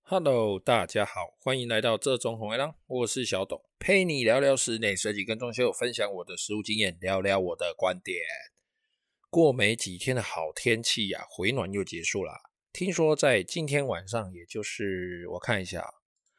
Hello，大家好，欢迎来到这种红卫狼，我是小董，陪你聊聊室内设计跟装修，分享我的实务经验，聊聊我的观点。过没几天的好天气啊，回暖又结束啦。听说在今天晚上，也就是我看一下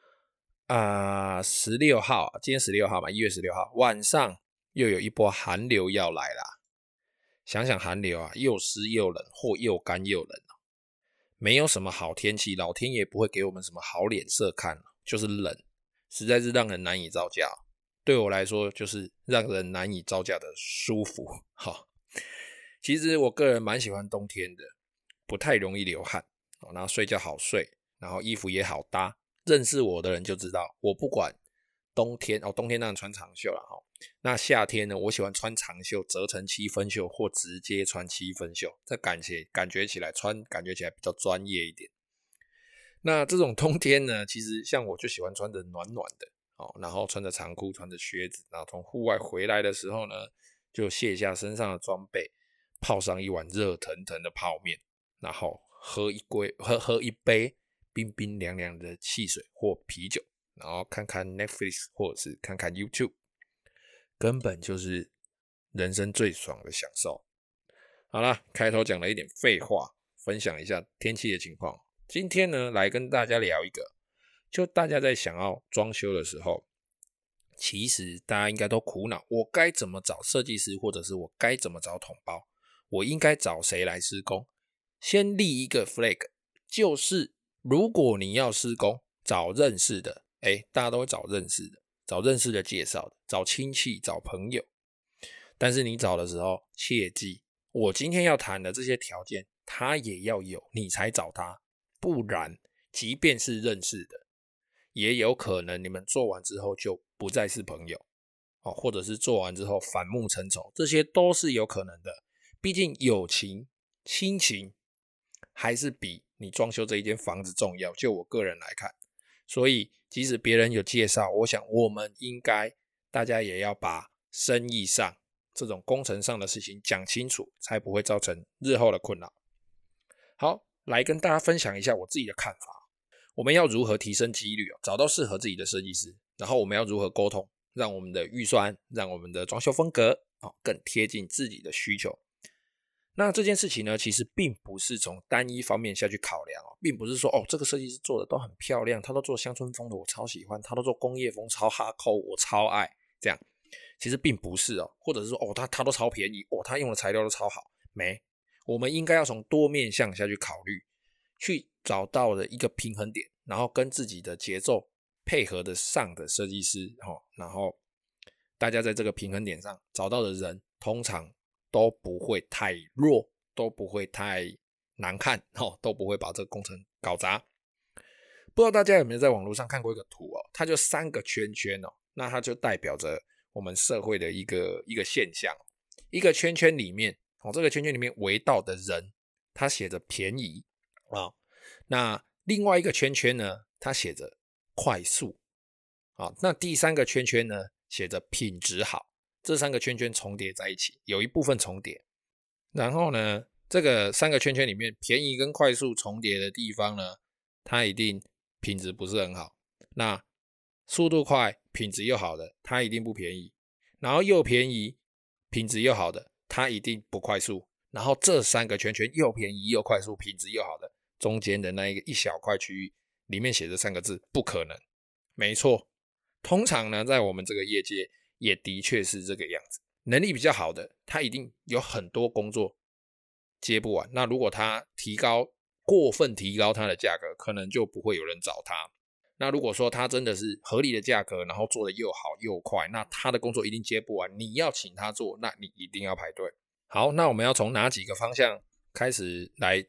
16号，今天16号嘛，1月16号晚上又有一波寒流要来啦。想想寒流啊，又湿又冷，或又干又冷。没有什么好天气，老天爷不会给我们什么好脸色看，就是冷，实在是让人难以招架。对我来说，就是让人难以招架的舒服。好，其实我个人蛮喜欢冬天的，不太容易流汗，然后睡觉好睡，然后衣服也好搭。认识我的人就知道，我不管冬天冬天当然穿长袖啦，那夏天呢，我喜欢穿长袖折成七分袖或直接穿七分袖，这感觉起来比较专业一点。那这种冬天呢，其实像我就喜欢穿着暖暖的，然后穿着长裤穿着靴子，然后从户外回来的时候呢，就卸下身上的装备，泡上一碗热腾腾的泡面，然后喝一杯冰冰凉凉的汽水或啤酒，然后看看 Netflix 或者是看看 YouTube， 根本就是人生最爽的享受。好啦，开头讲了一点废话，分享一下天气的情况。今天呢，来跟大家聊一个，就大家在想要装修的时候，其实大家应该都苦恼，我该怎么找设计师，或者是我该怎么找统包，我应该找谁来施工。先立一个 flag， 就是如果你要施工，找认识的，大家都会找认识的，找认识的介绍的，找亲戚，找朋友。但是你找的时候，切记，我今天要谈的这些条件，他也要有，你才找他。不然，即便是认识的，也有可能你们做完之后就不再是朋友，或者是做完之后反目成仇，这些都是有可能的。毕竟友情、亲情还是比你装修这一间房子重要，就我个人来看。所以，即使别人有介绍，我想我们应该大家也要把生意上这种工程上的事情讲清楚，才不会造成日后的困扰。好，来跟大家分享一下我自己的看法。我们要如何提升几率，找到适合自己的设计师，然后我们要如何沟通，让我们的预算，让我们的装修风格更贴近自己的需求。那这件事情呢，其实并不是从单一方面下去考量，并不是说这个设计师做的都很漂亮，他都做乡村风的我超喜欢，他都做工业风超哈扣我超爱，这样其实并不是或者是说他都超便宜，他用的材料都超好，没，我们应该要从多面向下去考虑，去找到的一个平衡点，然后跟自己的节奏配合得上的设计师，然后大家在这个平衡点上找到的人，通常都不会太弱，都不会太难看，都不会把这个工程搞砸。不知道大家有没有在网络上看过一个图它就3个圈圈那它就代表着我们社会的一个现象。一个圈圈里面这个圈圈里面围到的人，他写着便宜那另外一个圈圈呢，它写着快速那第3个圈圈呢，写着品质好。这3个圈圈重叠在一起，有一部分重叠。然后呢，这个3个圈圈里面，便宜跟快速重叠的地方呢，它一定品质不是很好。那速度快、品质又好的，它一定不便宜。然后又便宜、品质又好的，它一定不快速。然后这3个圈圈又便宜又快速、品质又好的，中间的那一小块区域里面写着3个字，不可能。没错，通常呢，在我们这个业界也的确是这个样子。能力比较好的，他一定有很多工作接不完。那如果他过分提高他的价格，可能就不会有人找他。那如果说他真的是合理的价格，然后做的又好又快，那他的工作一定接不完。你要请他做，那你一定要排队。好，那我们要从哪几个方向开始来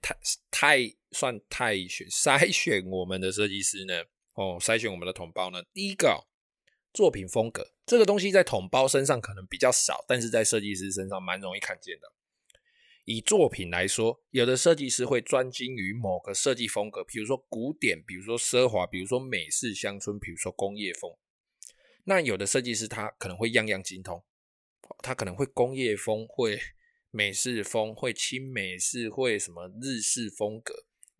筛选我们的设计师呢？筛选我们的统包呢？第一个作品风格，这个东西在统包身上可能比较少，但是在设计师身上蛮容易看见的。以作品来说，有的设计师会专精于某个设计风格，比如说古典，比如说奢华，比如说美式乡村，比如说工业风。那有的设计师他可能会样样精通，他可能会工业风，会美式风，会轻美式，会什么日式风格。那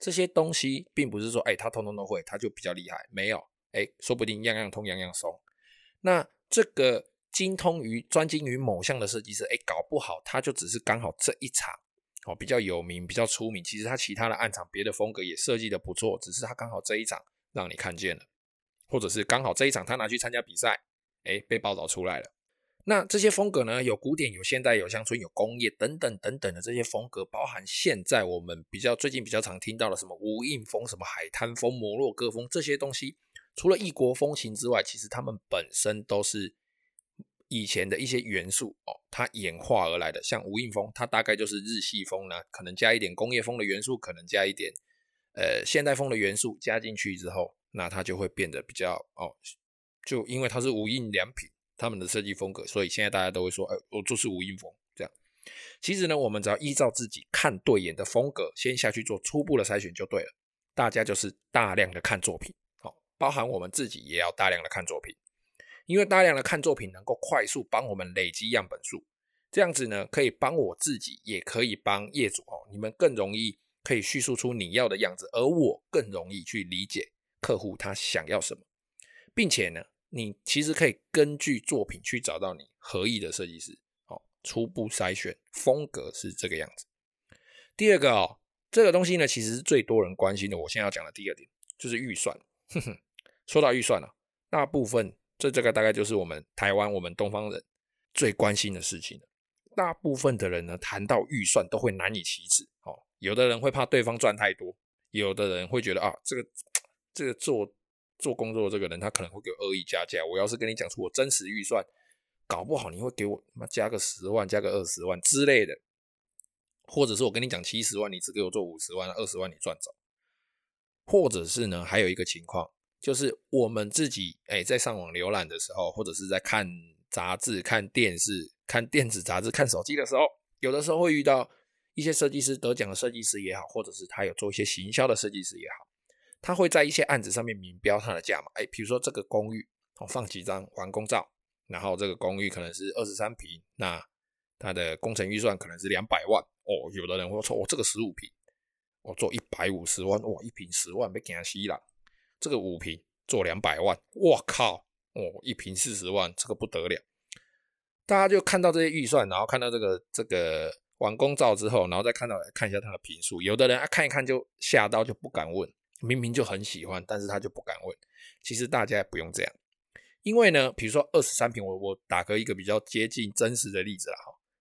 这些东西并不是说他通通都会他就比较厉害，没有，说不定样样通样样松。那这个专精于某项的设计师，搞不好他就只是刚好这一场比较有名比较出名，其实他其他的暗场别的风格也设计的不错，只是他刚好这一场让你看见了，或者是刚好这一场他拿去参加比赛，被报道出来了。那这些风格呢，有古典有现代有乡村有工业等等等等的这些风格，包含现在我们最近比较常听到的什么无印风、什么海滩风、摩洛哥风，这些东西除了异国风情之外，其实他们本身都是以前的一些元素它演化而来的。像无印风它大概就是日系风呢，可能加一点工业风的元素，可能加一点现代风的元素加进去之后，那它就会变得比较就因为它是无印良品他们的设计风格，所以现在大家都会说我就是无印风这样。其实呢，我们只要依照自己看对眼的风格先下去做初步的筛选就对了。大家就是大量的看作品包含我们自己也要大量的看作品，因为大量的看作品能够快速帮我们累积样本数，这样子呢可以帮我自己也可以帮业主你们更容易可以叙述出你要的样子，而我更容易去理解客户他想要什么，并且呢你其实可以根据作品去找到你合意的设计师初步筛选风格是这个样子。第二个这个东西呢其实是最多人关心的，我现在要讲的第二点就是预算。说到预算大部分这个大概就是我们台湾我们东方人最关心的事情了。大部分的人呢谈到预算都会难以启齿有的人会怕对方赚太多，有的人会觉得这个做工作的这个人他可能会给我恶意加价，我要是跟你讲出我真实预算，搞不好你会给我加个10万加个20万之类的，或者是我跟你讲70万，你只给我做50万20万你赚走。或者是呢还有一个情况就是我们自己在上网浏览的时候，或者是在看杂志看电视看电子杂志看手机的时候，有的时候会遇到一些设计师得奖的设计师也好，或者是他有做一些行销的设计师也好，他会在一些案子上面明标他的价码。比如说这个公寓放几张完工照，然后这个公寓可能是23坪，那他的工程预算可能是200万有的人会说这个15坪做150万一坪10万要惊死人，这个5坪做200万，哇靠一坪40万，这个不得了。大家就看到这些预算，然后看到这个完工照之后，然后再看一下他的坪数，有的人看一看就吓到就不敢问，明明就很喜欢但是他就不敢问。其实大家也不用这样，因为呢比如说23坪，我打个一个比较接近真实的例子啦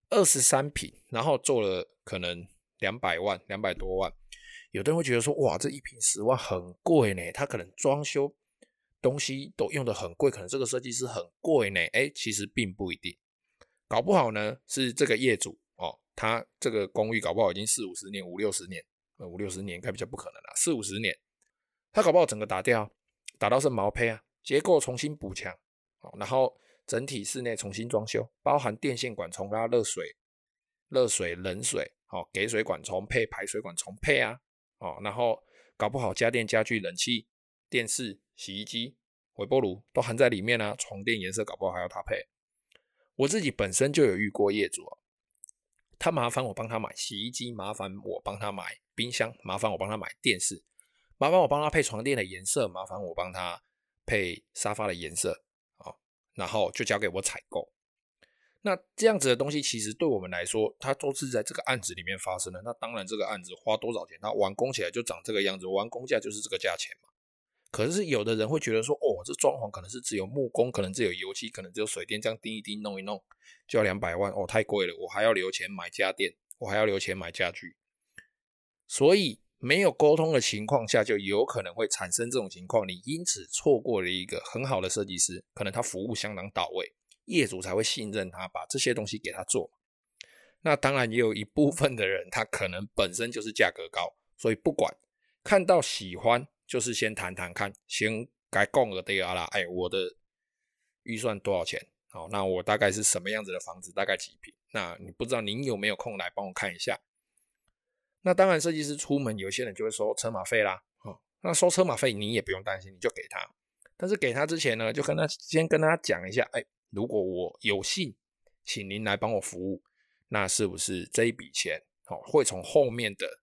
，23坪然后做了可能200万200多万，有的人会觉得说哇这一坪10万很贵呢，他可能装修东西都用得很贵，可能这个设计师很贵呢。其实并不一定，搞不好呢是这个业主他这个公寓搞不好已经40-50年5-60年5-60年应该比较不可能啦，4-50年他搞不好整个打掉，打到是毛坯结构重新补强然后整体室内重新装修，包含电线管重拉热水冷水给水管重配排水管重配然后搞不好家电家具冷气电视洗衣机微波炉都含在里面床垫颜色搞不好还要他配。我自己本身就有遇过业主他麻烦我帮他买洗衣机，麻烦我帮他买冰箱，麻烦我帮他买电视，麻烦我帮他配床垫的颜色，麻烦我帮他配沙发的颜色然后就交给我采购。那这样子的东西其实对我们来说它都是在这个案子里面发生的，那当然这个案子花多少钱它完工起来就长这个样子，完工价就是这个价钱嘛。可是有的人会觉得说这装潢可能是只有木工，可能只有油漆，可能只有水电，这样钉一钉弄一弄就要200万太贵了，我还要留钱买家电，我还要留钱买家具。所以没有沟通的情况下就有可能会产生这种情况，你因此错过了一个很好的设计师，可能他服务相当到位，业主才会信任他把这些东西给他做。那当然也有一部分的人他可能本身就是价格高，所以不管看到喜欢就是先谈谈看，先该讲的对啦我的预算多少钱那我大概是什么样子的房子，大概几坪，那你不知道您有没有空来帮我看一下。那当然设计师出门有些人就会收车马费啦那收车马费你也不用担心，你就给他，但是给他之前呢就先跟他讲一下如果我有幸请您来帮我服务，那是不是这一笔钱会从后面的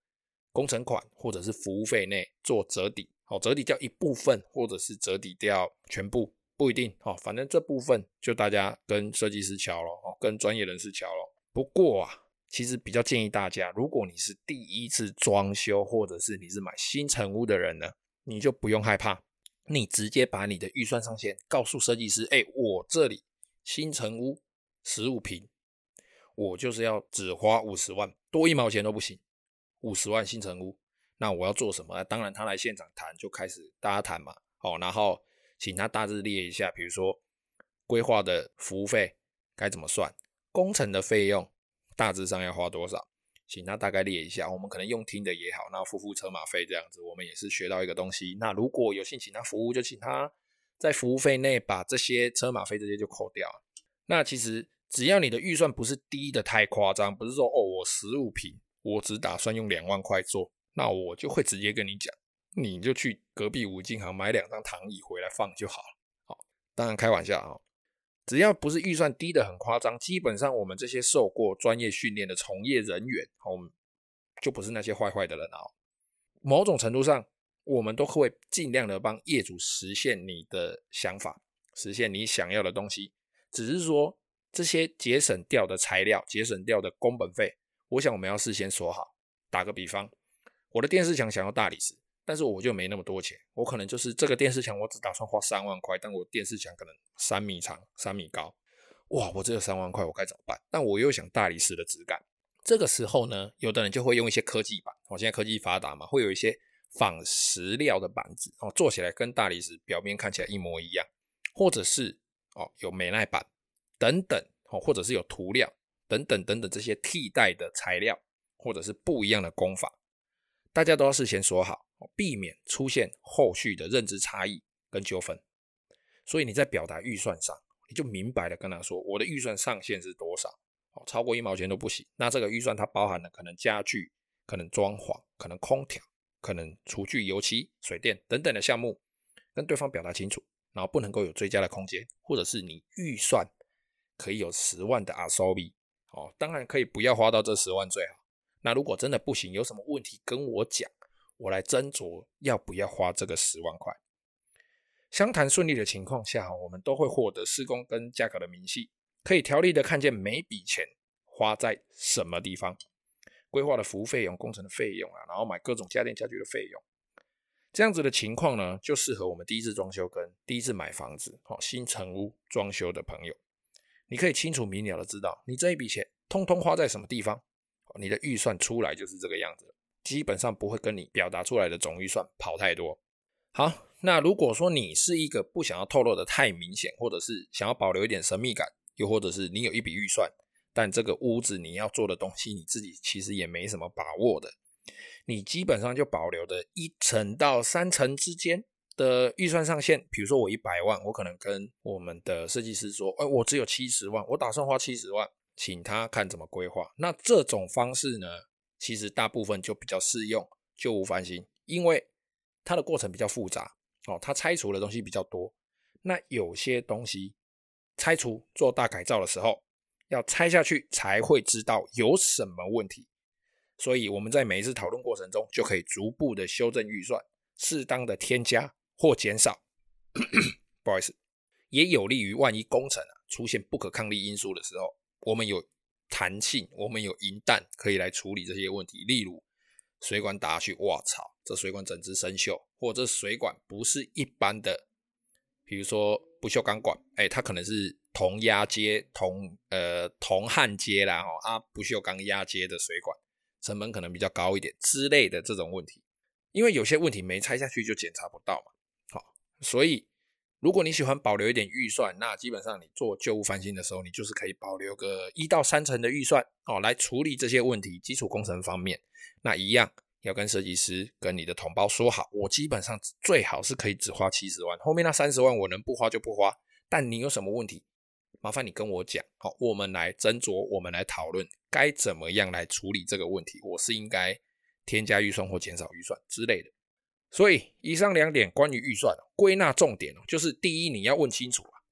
工程款或者是服务费内做折抵，折抵掉一部分或者是折抵掉全部，不一定，反正这部分就大家跟设计师敲咯，跟专业人士敲咯。不过啊，其实比较建议大家，如果你是第一次装修或者是你是买新成屋的人呢，你就不用害怕，你直接把你的预算上限告诉设计师，我这里新成屋15坪，我就是要只花50万，多1毛钱都不行，50万新成屋，那我要做什么？当然他来现场谈，就开始大家谈嘛，然后请他大致列一下，比如说规划的服务费该怎么算，工程的费用大致上要花多少，请他大概列一下，我们可能用听的也好，那付车马费这样子，我们也是学到一个东西。那如果有幸请他服务，就请他在服务费内把这些车马费这些就扣掉。那其实只要你的预算不是低的太夸张，不是说我15坪我只打算用2万块做，那我就会直接跟你讲，你就去隔壁五金行买2张躺椅回来放就好了。当然开玩笑，只要不是预算低的很夸张，基本上我们这些受过专业训练的从业人员，我们就不是那些坏坏的人某种程度上，我们都会尽量的帮业主实现你的想法，实现你想要的东西。只是说这些节省掉的材料，节省掉的工本费，我想我们要事先说好。打个比方，我的电视墙想要大理石，但是我就没那么多钱，我可能就是这个电视墙我只打算花3万块，但我电视墙可能3米长3米高，哇，我只有3万块，我该怎么办？但我又想大理石的质感，这个时候呢，有的人就会用一些科技板，现在科技发达嘛，会有一些仿石料的板子，做起来跟大理石表面看起来一模一样，或者是有美耐板等等，或者是有涂料等等等等这些替代的材料，或者是不一样的工法，大家都要事先说好，避免出现后续的认知差异跟纠纷。所以你在表达预算上，你就明白的跟他说，我的预算上限是多少，超过1毛钱都不行。那这个预算它包含了可能家具、可能装潢、可能空调、可能厨具、油漆、水电等等的项目，跟对方表达清楚，然后不能够有追加的空间，或者是你预算可以有10万的 RSOB，当然可以不要花到这10万最好。那如果真的不行，有什么问题跟我讲，我来斟酌要不要花这个10万块。相谈顺利的情况下，我们都会获得施工跟价格的明细，可以条理的看见每笔钱花在什么地方，规划的服务费用、工程的费用然后买各种家电家具的费用。这样子的情况呢，就适合我们第一次装修跟第一次买房子、新成屋装修的朋友。你可以清楚明了的知道，你这一笔钱通通花在什么地方，你的预算出来就是这个样子，基本上不会跟你表达出来的总预算跑太多。好，那如果说你是一个不想要透露的太明显，或者是想要保留一点神秘感，又或者是你有一笔预算，但这个屋子你要做的东西你自己其实也没什么把握的，你基本上就保留的1成到3成之间的预算上限。比如说我100万，我可能跟我们的设计师说，我只有70万，我打算花70万，请他看怎么规划。那这种方式呢，其实大部分就比较适用旧屋翻新，因为它的过程比较复杂，它拆除的东西比较多。那有些东西拆除做大改造的时候，要拆下去才会知道有什么问题。所以我们在每一次讨论过程中，就可以逐步的修正预算，适当的添加或减少不好意思，也有利于万一工程出现不可抗力因素的时候，我们有弹性，我们有银弹可以来处理这些问题。例如水管打下去，哇操，这水管整只生锈，或者水管不是一般的，比如说不锈钢管，它可能是铜压接、铜焊接啦，不锈钢压接的水管，成本可能比较高一点之类的这种问题。因为有些问题没拆下去就检查不到嘛，所以如果你喜欢保留一点预算，那基本上你做旧屋翻新的时候，你就是可以保留个1到3成的预算来处理这些问题。基础工程方面，那一样要跟设计师跟你的同胞说好，我基本上最好是可以只花70万，后面那30万我能不花就不花，但你有什么问题麻烦你跟我讲，我们来斟酌，我们来讨论该怎么样来处理这个问题，我是应该添加预算或减少预算之类的。所以以上2点关于预算归纳重点就是第一，你要问清楚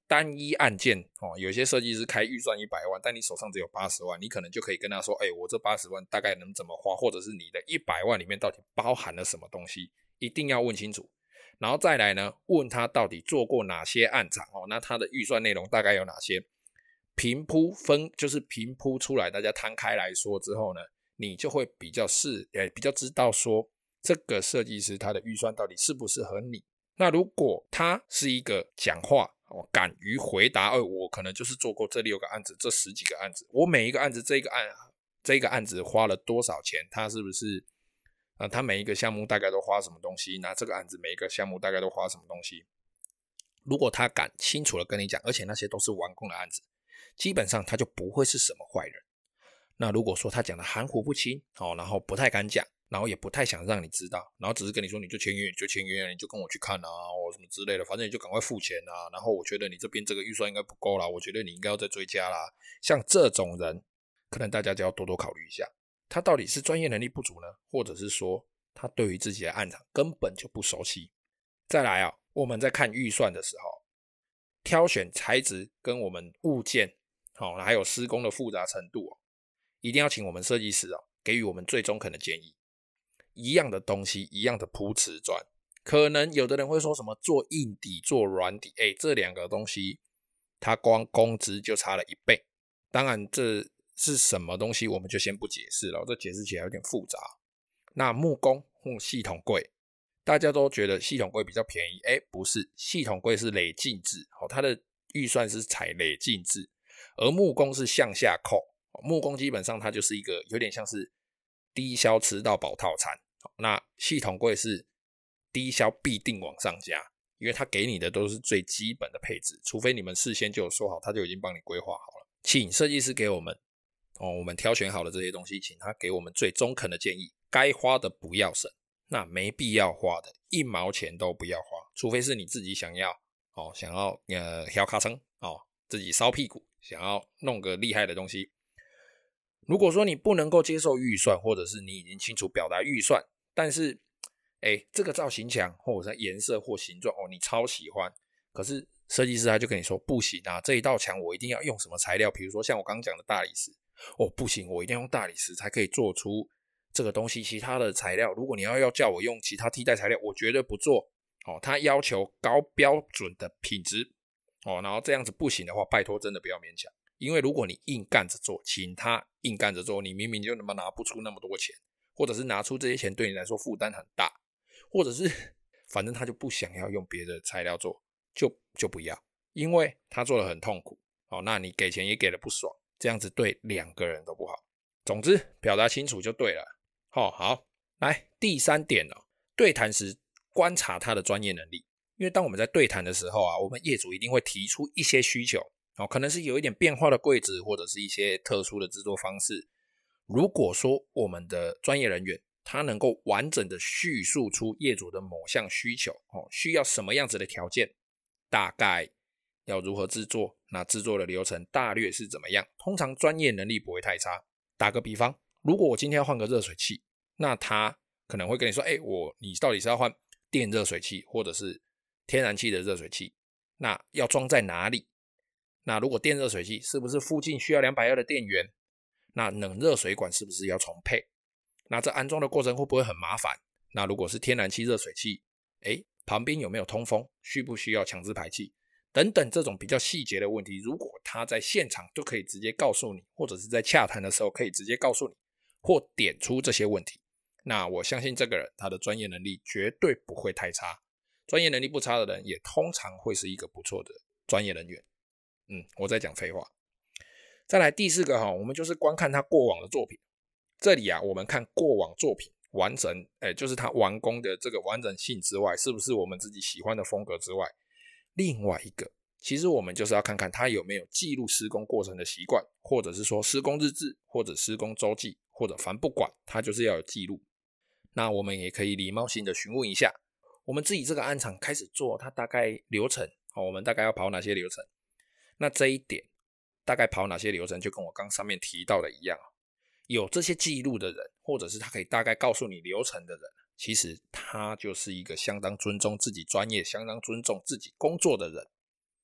单一案件有些设计师开预算100万，但你手上只有80万，你可能就可以跟他说，我这80万大概能怎么花，或者是你的100万里面到底包含了什么东西，一定要问清楚。然后再来呢，问他到底做过哪些案场那他的预算内容大概有哪些，平铺出来，大家摊开来说之后呢，你就会比较知道说这个设计师他的预算到底适不适合你。那如果他是一个讲话敢于回答，我可能就是做过这6个案子，这10几个案子，我每一个案子这个案子花了多少钱，他是不是他每一个项目大概都花什么东西，那这个案子每一个项目大概都花什么东西，如果他敢清楚的跟你讲，而且那些都是完工的案子，基本上他就不会是什么坏人。那如果说他讲的含糊不清然后不太敢讲，然后也不太想让你知道，然后只是跟你说你就签约你就跟我去看什么之类的，反正你就赶快付钱然后我觉得你这边这个预算应该不够啦，我觉得你应该要再追加啦。像这种人可能大家就要多多考虑一下，他到底是专业能力不足呢，或者是说他对于自己的案场根本就不熟悉。再来我们在看预算的时候，挑选材质跟我们物件还有施工的复杂程度一定要请我们设计师给予我们最中肯的建议。一样的东西，一样的铺瓷砖，可能有的人会说什么做硬底做软底，这2个东西它光工资就差了1倍。当然这是什么东西我们就先不解释了，这解释起来有点复杂。那木工或系统柜，大家都觉得系统柜比较便宜，不是，系统柜是累进制它的预算是采累进制，而木工是向下扣。木工基本上它就是一个有点像是低消吃到饱套餐，那系统柜是低消必定往上加，因为它给你的都是最基本的配置，除非你们事先就有说好，他就已经帮你规划好了。请设计师给我们我们挑选好了这些东西，请他给我们最中肯的建议，该花的不要省，那没必要花的1毛钱都不要花，除非是你自己想要挑卡层自己烧屁股，想要弄个厉害的东西。如果说你不能够接受预算，或者是你已经清楚表达预算，但是这个造型墙或者是颜色或形状你超喜欢，可是设计师他就跟你说不行这一道墙我一定要用什么材料，比如说像我刚刚讲的大理石不行，我一定要用大理石才可以做出这个东西，其他的材料如果你要叫我用其他替代材料，我绝对不做他要求高标准的品质然后这样子不行的话，拜托真的不要勉强。因为如果你硬干着做，请他硬干着做，你明明就拿不出那么多钱，或者是拿出这些钱对你来说负担很大，或者是反正他就不想要用别的材料做，就不要，因为他做得很痛苦那你给钱也给得不爽，这样子对2个人都不好。总之表达清楚就对了好，来第3点对谈时观察他的专业能力。因为当我们在对谈的时候我们业主一定会提出一些需求可能是有一点变化的柜子，或者是一些特殊的制作方式。如果说我们的专业人员他能够完整的叙述出业主的某项需求需要什么样子的条件，大概要如何制作，那制作的流程大略是怎么样，通常专业能力不会太差。打个比方，如果我今天要换个热水器，那他可能会跟你说你到底是要换电热水器或者是天然气的热水器，那要装在哪里，那如果电热水器是不是附近需要220的电源，那冷热水管是不是要重配，那这安装的过程会不会很麻烦，那如果是天然气热水器旁边有没有通风，需不需要强制排气等等，这种比较细节的问题，如果他在现场就可以直接告诉你，或者是在洽谈的时候可以直接告诉你或点出这些问题，那我相信这个人他的专业能力绝对不会太差，专业能力不差的人也通常会是一个不错的专业人员。我在讲废话。再来第4个我们就是观看他过往的作品。这里我们看过往作品完整就是他完工的这个完整性之外，是不是我们自己喜欢的风格之外，另外一个其实我们就是要看看他有没有记录施工过程的习惯，或者是说施工日志，或者施工周记，或者反不管他就是要有记录。那我们也可以礼貌性的询问一下，我们自己这个案场开始做，它大概流程我们大概要跑哪些流程，那这一点大概跑哪些流程就跟我刚上面提到的一样，有这些记录的人，或者是他可以大概告诉你流程的人，其实他就是一个相当尊重自己专业，相当尊重自己工作的人。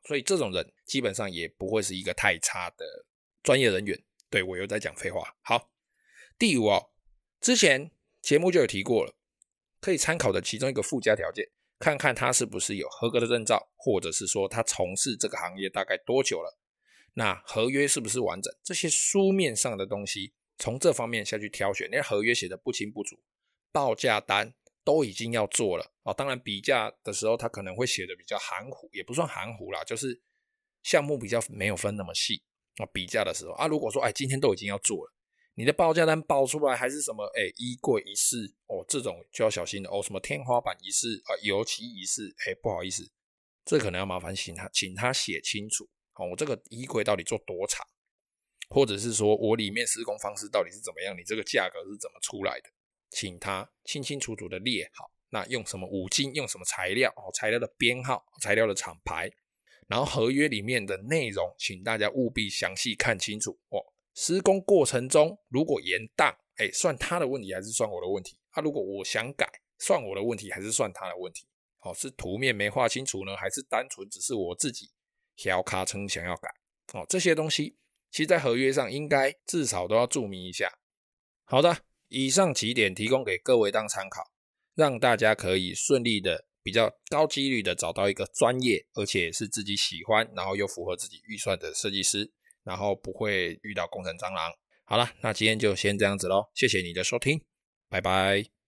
所以这种人基本上也不会是一个太差的专业人员。对，我又在讲废话。好，第五之前节目就有提过了，可以参考的其中一个附加条件，看看他是不是有合格的证照，或者是说他从事这个行业大概多久了，那合约是不是完整，这些书面上的东西从这方面下去挑选，因为合约写的不清不楚，报价单都已经要做了当然比价的时候他可能会写的比较含糊，也不算含糊啦，就是项目比较没有分那么细比价的时候如果说今天都已经要做了，你的报价单报出来还是什么衣柜一式这种就要小心了什么天花板一式油漆一式不好意思，这可能要麻烦请他写清楚我这个衣柜到底做多长，或者是说我里面施工方式到底是怎么样，你这个价格是怎么出来的，请他清清楚楚的列好，那用什么五金，用什么材料材料的编号，材料的厂牌，然后合约里面的内容请大家务必详细看清楚施工过程中如果延宕算他的问题还是算我的问题如果我想改算我的问题还是算他的问题是图面没画清楚呢，还是单纯只是我自己小卡称想要改这些东西其实在合约上应该至少都要注明一下。好的，以上几点提供给各位当参考，让大家可以顺利的比较高几率的找到一个专业而且是自己喜欢然后又符合自己预算的设计师，然后不会遇到工程蟑螂。好了，那今天就先这样子咯，谢谢你的收听，拜拜。